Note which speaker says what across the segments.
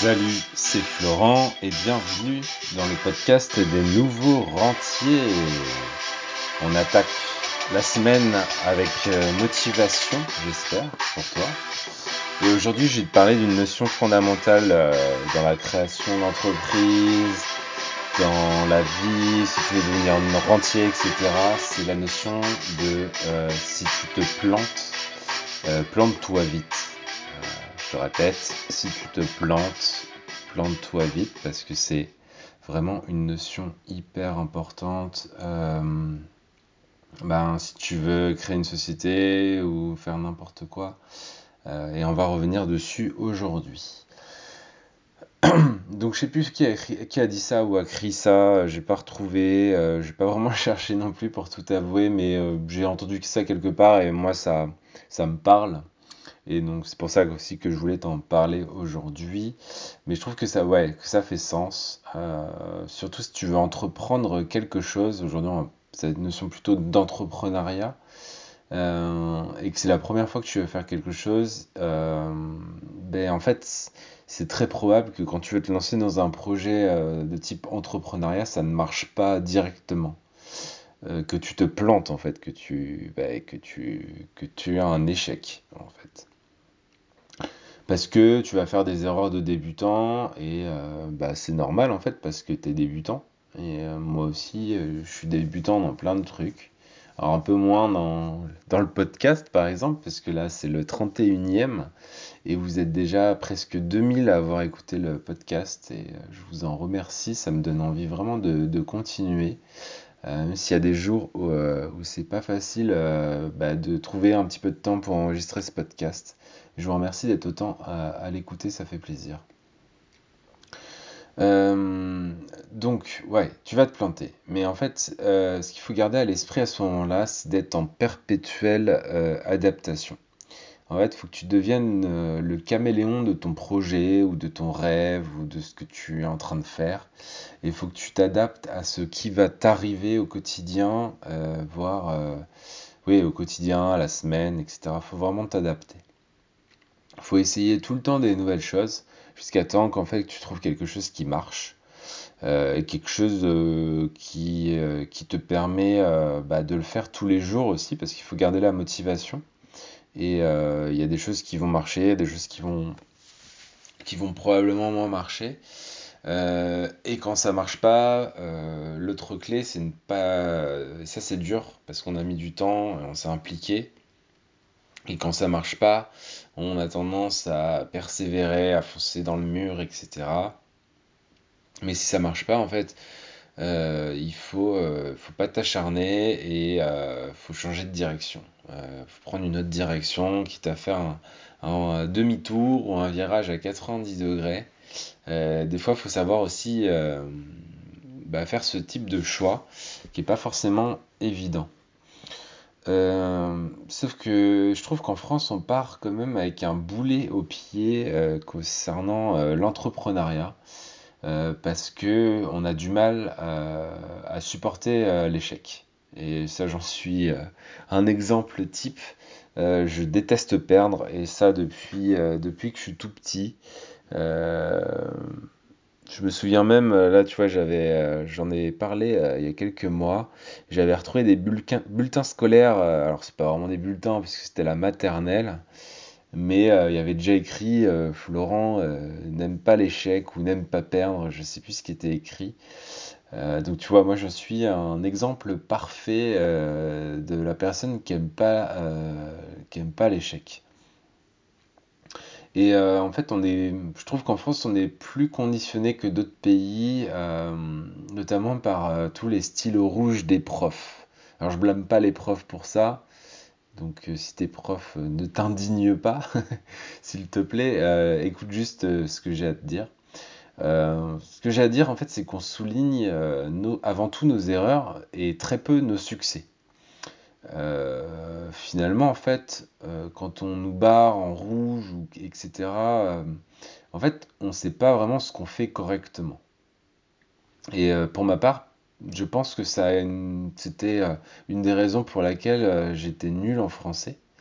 Speaker 1: Salut, c'est Florent et bienvenue dans le podcast des nouveaux rentiers. On attaque la semaine avec motivation, j'espère, pour toi. Et aujourd'hui, je vais te parler d'une notion fondamentale dans la création d'entreprise, dans la vie, si tu veux devenir un rentier, etc. C'est la notion de si tu te plantes, plante-toi vite. Je te répète, si tu te plantes, plante-toi vite parce que c'est vraiment une notion hyper importante. Si tu veux créer une société ou faire n'importe quoi, et on va revenir dessus aujourd'hui. Donc je sais plus qui a dit ça ou a écrit ça, j'ai pas retrouvé, j'ai pas vraiment cherché non plus pour tout avouer, mais j'ai entendu ça quelque part et moi ça me parle. Et donc c'est pour ça aussi que je voulais t'en parler aujourd'hui. Mais je trouve que ça fait sens. Surtout si tu veux entreprendre quelque chose. Aujourd'hui, c'est une notion plutôt d'entrepreneuriat. Et que c'est la première fois que tu veux faire quelque chose. En fait, c'est très probable que quand tu veux te lancer dans un projet de type entrepreneuriat, ça ne marche pas directement. Que tu te plantes en fait, que tu as un échec en fait. Parce que tu vas faire des erreurs de débutant et c'est normal en fait parce que tu es débutant. Et moi aussi, je suis débutant dans plein de trucs. Alors un peu moins dans le podcast par exemple, parce que là c'est le 31e et vous êtes déjà presque 2000 à avoir écouté le podcast et je vous en remercie, ça me donne envie vraiment de continuer. Même s'il y a des jours où c'est pas facile de trouver un petit peu de temps pour enregistrer ce podcast. Je vous remercie d'être autant à l'écouter, ça fait plaisir. Ouais, tu vas te planter. Mais en fait, ce qu'il faut garder à l'esprit à ce moment-là, c'est d'être en perpétuelle adaptation. En fait, il faut que tu deviennes le caméléon de ton projet ou de ton rêve ou de ce que tu es en train de faire. Et il faut que tu t'adaptes à ce qui va t'arriver au quotidien, au quotidien, à la semaine, etc. Il faut vraiment t'adapter. Il faut essayer tout le temps des nouvelles choses jusqu'à temps qu'en fait tu trouves quelque chose qui marche et quelque chose qui te permet de le faire tous les jours aussi parce qu'il faut garder la motivation. Et il y a des choses qui vont marcher, des choses qui vont probablement moins marcher. Et quand ça marche pas, l'autre clé, c'est ne pas. Ça, c'est dur parce qu'on a mis du temps, et on s'est impliqué. Et quand ça marche pas, on a tendance à persévérer, à foncer dans le mur, etc. Mais si ça marche pas, en fait, faut pas t'acharner et faut changer de direction. Faut prendre une autre direction, quitte à faire un demi-tour ou un virage à 90 degrés. Des fois, il faut savoir aussi faire ce type de choix qui n'est pas forcément évident. Sauf que je trouve qu'en France, on part quand même avec un boulet au pied concernant l'entrepreneuriat parce que on a du mal à supporter l'échec. Et ça, j'en suis un exemple type. Je déteste perdre et ça depuis que je suis tout petit. Euh, je me souviens même, là tu vois, j'en ai parlé il y a quelques mois, j'avais retrouvé des bulletins scolaires, alors c'est pas vraiment des bulletins parce que c'était la maternelle, mais il y avait déjà écrit Florent n'aime pas l'échec ou n'aime pas perdre, je sais plus ce qui était écrit. Donc tu vois, moi je suis un exemple parfait de la personne qui aime pas l'échec. Et en fait, je trouve qu'en France, on est plus conditionné que d'autres pays, notamment par tous les stylos rouges des profs. Alors, je blâme pas les profs pour ça. Donc, si t'es prof, ne t'indigne pas, s'il te plaît. Écoute juste ce que j'ai à te dire. Ce que j'ai à dire, en fait, c'est qu'on souligne avant tout nos erreurs et très peu nos succès. Finalement, en fait, quand on nous barre en rouge, etc., en fait, on ne sait pas vraiment ce qu'on fait correctement. Et pour ma part, je pense que c'était une des raisons pour laquelle j'étais nul en français.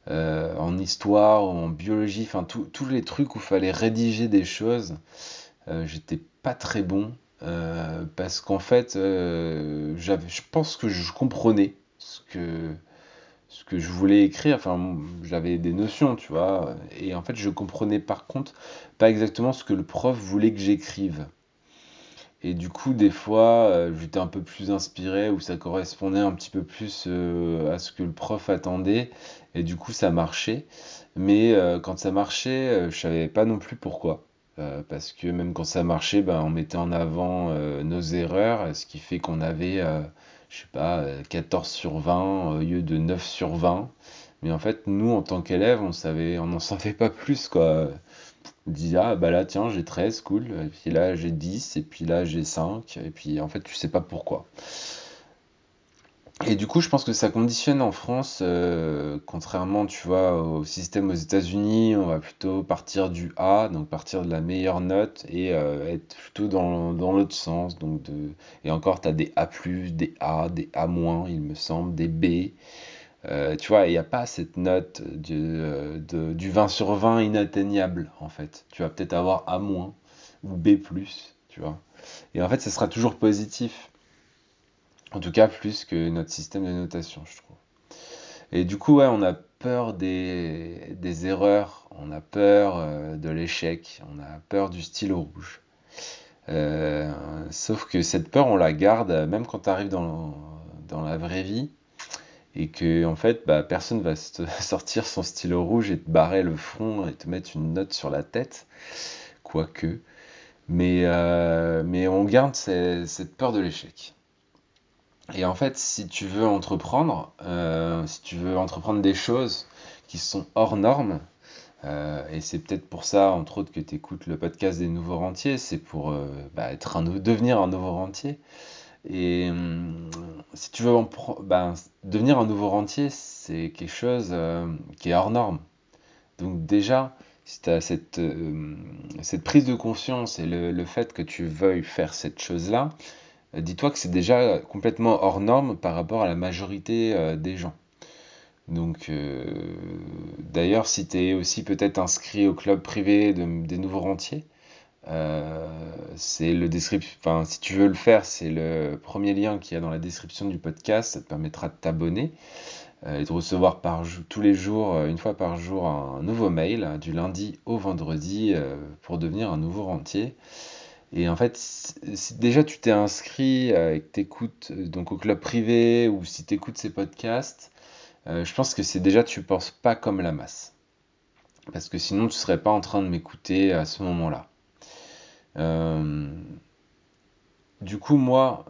Speaker 1: en histoire ou en biologie, enfin tous les trucs où il fallait rédiger des choses, j'étais pas très bon. Parce qu'en fait, je pense que je comprenais ce que je voulais écrire, enfin, j'avais des notions, tu vois, et en fait, je comprenais par contre pas exactement ce que le prof voulait que j'écrive. Et du coup, des fois, j'étais un peu plus inspiré, ou ça correspondait un petit peu plus à ce que le prof attendait, et du coup, ça marchait. Mais quand ça marchait, je savais pas non plus pourquoi. Parce que même quand ça marchait, ben, on mettait en avant nos erreurs, ce qui fait qu'on avait, je sais pas, 14 sur 20 au lieu de 9 sur 20. Mais en fait, nous, en tant qu'élèves, on n'en savait pas plus, quoi. On dit, ah bah là, tiens, j'ai 13 cool. Et puis là, j'ai 10 et puis là, j'ai 5. Et puis en fait, tu sais pas pourquoi. Et du coup, je pense que ça conditionne en France, contrairement, tu vois, au système aux États-Unis, on va plutôt partir du A, donc partir de la meilleure note et être plutôt dans l'autre sens. Et encore, tu as des A+, des A, des A-, il me semble, des B. Tu vois, il n'y a pas cette note du 20 sur 20 inatteignable, en fait. Tu vas peut-être avoir A- ou B+, tu vois. Et en fait, ce sera toujours positif. En tout cas, plus que notre système de notation, je trouve. Et du coup, ouais, on a peur des erreurs, on a peur de l'échec, on a peur du stylo rouge. Euh, Sauf que cette peur, on la garde même quand tu arrives dans la vraie vie et que en fait, bah, personne va sortir son stylo rouge et te barrer le front et te mettre une note sur la tête, quoique. Mais on garde cette peur de l'échec. Et en fait, si tu veux entreprendre des choses qui sont hors normes, et c'est peut-être pour ça, entre autres, que tu écoutes le podcast des nouveaux rentiers, c'est pour bah, devenir un nouveau rentier. Et si tu veux devenir un nouveau rentier, c'est quelque chose qui est hors norme. Donc déjà, si tu as cette prise de conscience et le fait que tu veuilles faire cette chose-là, dis-toi que c'est déjà complètement hors norme par rapport à la majorité des gens. Donc, d'ailleurs, si tu es aussi peut-être inscrit au club privé des nouveaux rentiers, c'est le description. Enfin, si tu veux le faire, c'est le premier lien qu'il y a dans la description du podcast. Ça te permettra de t'abonner et de recevoir tous les jours, une fois par jour, un nouveau mail du lundi au vendredi pour devenir un nouveau rentier. Et en fait, si déjà tu t'es inscrit et que tu écoutes donc au club privé ou si tu écoutes ces podcasts, je pense que c'est déjà tu penses pas comme la masse. Parce que sinon tu serais pas en train de m'écouter à ce moment-là. Euh, du coup, moi,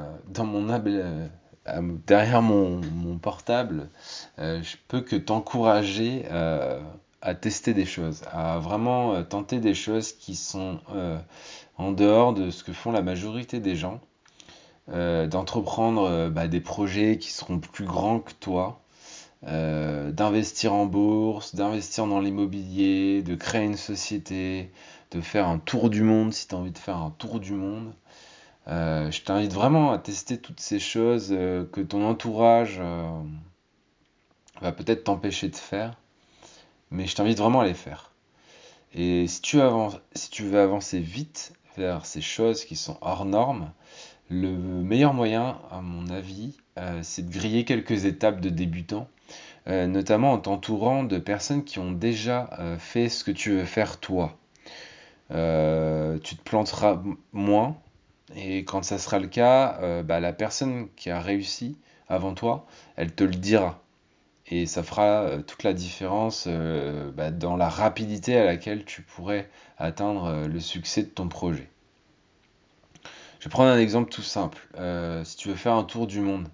Speaker 1: derrière mon portable, je peux que t'encourager à tester des choses, à vraiment tenter des choses qui sont en dehors de ce que font la majorité des gens, d'entreprendre des projets qui seront plus grands que toi, d'investir en bourse, d'investir dans l'immobilier, de créer une société, de faire un tour du monde si tu as envie de faire un tour du monde. Je t'invite vraiment à tester toutes ces choses que ton entourage va peut-être t'empêcher de faire, mais je t'invite vraiment à les faire. Et si tu veux avancer vite vers ces choses qui sont hors normes, le meilleur moyen, à mon avis, c'est de griller quelques étapes de débutant, notamment en t'entourant de personnes qui ont déjà fait ce que tu veux faire toi. Tu te planteras moins, et quand ça sera le cas, la personne qui a réussi avant toi, elle te le dira. Et ça fera toute la différence dans la rapidité à laquelle tu pourrais atteindre le succès de ton projet. Je vais prendre un exemple tout simple. Si tu veux faire un tour du monde,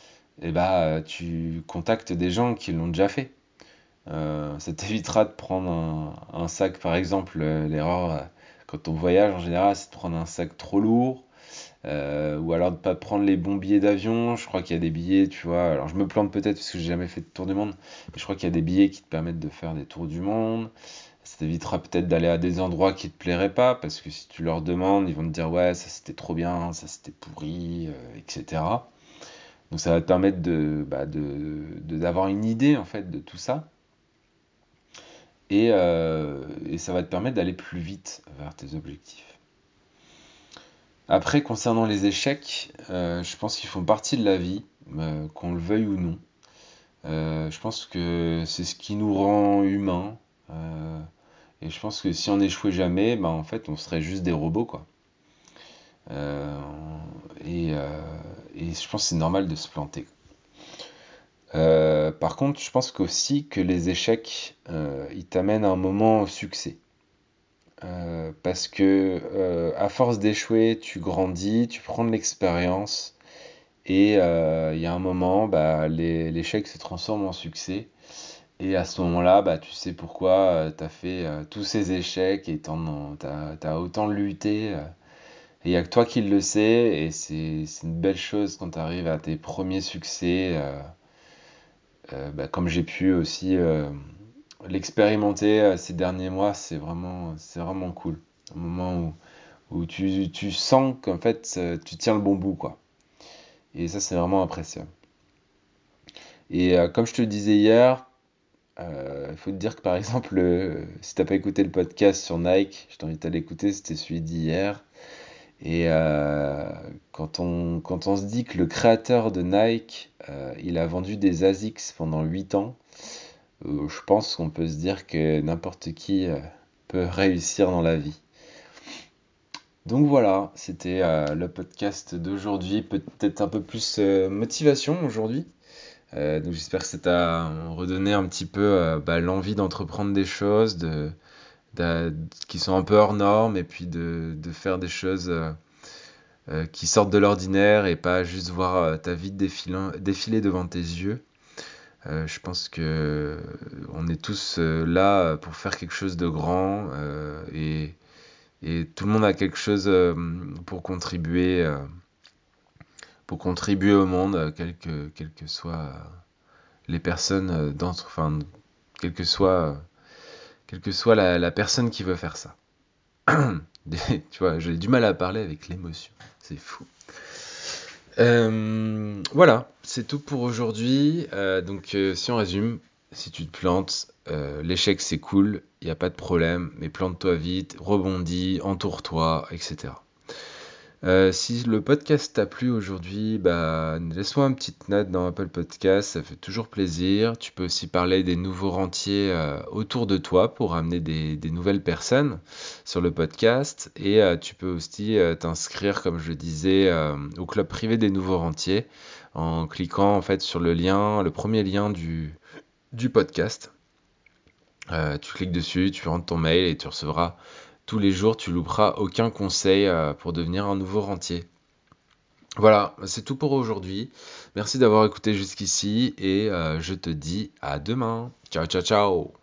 Speaker 1: tu contactes des gens qui l'ont déjà fait. Ça t'évitera de prendre un sac, par exemple, l'erreur quand on voyage en général, c'est de prendre un sac trop lourd, ou alors de pas prendre les bons billets d'avion. Je crois qu'il y a des billets, tu vois, alors je me plante peut-être parce que j'ai jamais fait de tour du monde, mais je crois qu'il y a des billets qui te permettent de faire des tours du monde. Ça t'évitera peut-être d'aller à des endroits qui te plairaient pas, parce que si tu leur demandes, ils vont te dire ouais, ça c'était trop bien, ça c'était pourri, etc. Donc ça va te permettre d'avoir une idée en fait de tout ça. et ça va te permettre d'aller plus vite vers tes objectifs. Après, concernant les échecs, je pense qu'ils font partie de la vie, qu'on le veuille ou non. Je pense que c'est ce qui nous rend humains. Et je pense que si on n'échouait jamais, bah en fait, on serait juste des robots, quoi. Euh, et, euh, et je pense que c'est normal de se planter. Par contre, je pense qu'aussi que les échecs, ils t'amènent à un moment au succès. Parce que à force d'échouer, tu grandis, tu prends de l'expérience, et il y a un moment, bah, l'échec se transforme en succès. Et à ce moment-là, bah, tu sais pourquoi tu as fait tous ces échecs et t'as autant lutté. Et il n'y a que toi qui le sais, et c'est une belle chose quand tu arrives à tes premiers succès, bah, comme j'ai pu aussi l'expérimenter ces derniers mois, c'est vraiment cool. Un moment où tu sens qu'en fait tu tiens le bon bout, quoi. Et ça, c'est vraiment impressionnant. Et comme je te le disais hier, il faut te dire que par exemple, si t'as pas écouté le podcast sur Nike, je t'invite à l'écouter, c'était celui d'hier. Et quand on se dit que le créateur de Nike, il a vendu des ASICS pendant 8 ans, je pense qu'on peut se dire que n'importe qui peut réussir dans la vie. Donc voilà, c'était le podcast d'aujourd'hui, peut-être un peu plus motivation aujourd'hui. Donc j'espère que ça t'a redonné un petit peu bah, l'envie d'entreprendre des choses, qui sont un peu hors normes, et puis de faire des choses qui sortent de l'ordinaire et pas juste voir ta vie défiler devant tes yeux. Je pense que on est tous là pour faire quelque chose de grand, et tout le monde a quelque chose pour contribuer au monde, quelles que soient les personnes enfin, quelle que soit, quelle que soit la personne qui veut faire ça. Tu vois, j'ai du mal à parler avec l'émotion, c'est fou. Voilà, c'est tout pour aujourd'hui. Donc, si on résume, si tu te plantes, l'échec c'est cool, il n'y a pas de problème, mais plante-toi vite, rebondis, entoure-toi, etc. Si le podcast t'a plu aujourd'hui, bah, laisse-moi une petite note dans Apple Podcast, ça fait toujours plaisir. Tu peux aussi parler des nouveaux rentiers autour de toi pour amener des nouvelles personnes sur le podcast. Et tu peux aussi t'inscrire, comme je le disais, au club privé des nouveaux rentiers en cliquant en fait sur le premier lien du podcast. Tu cliques dessus, tu rentres ton mail et tu recevras tous les jours, tu louperas aucun conseil pour devenir un nouveau rentier. Voilà, c'est tout pour aujourd'hui. Merci d'avoir écouté jusqu'ici et je te dis à demain. Ciao, ciao, ciao.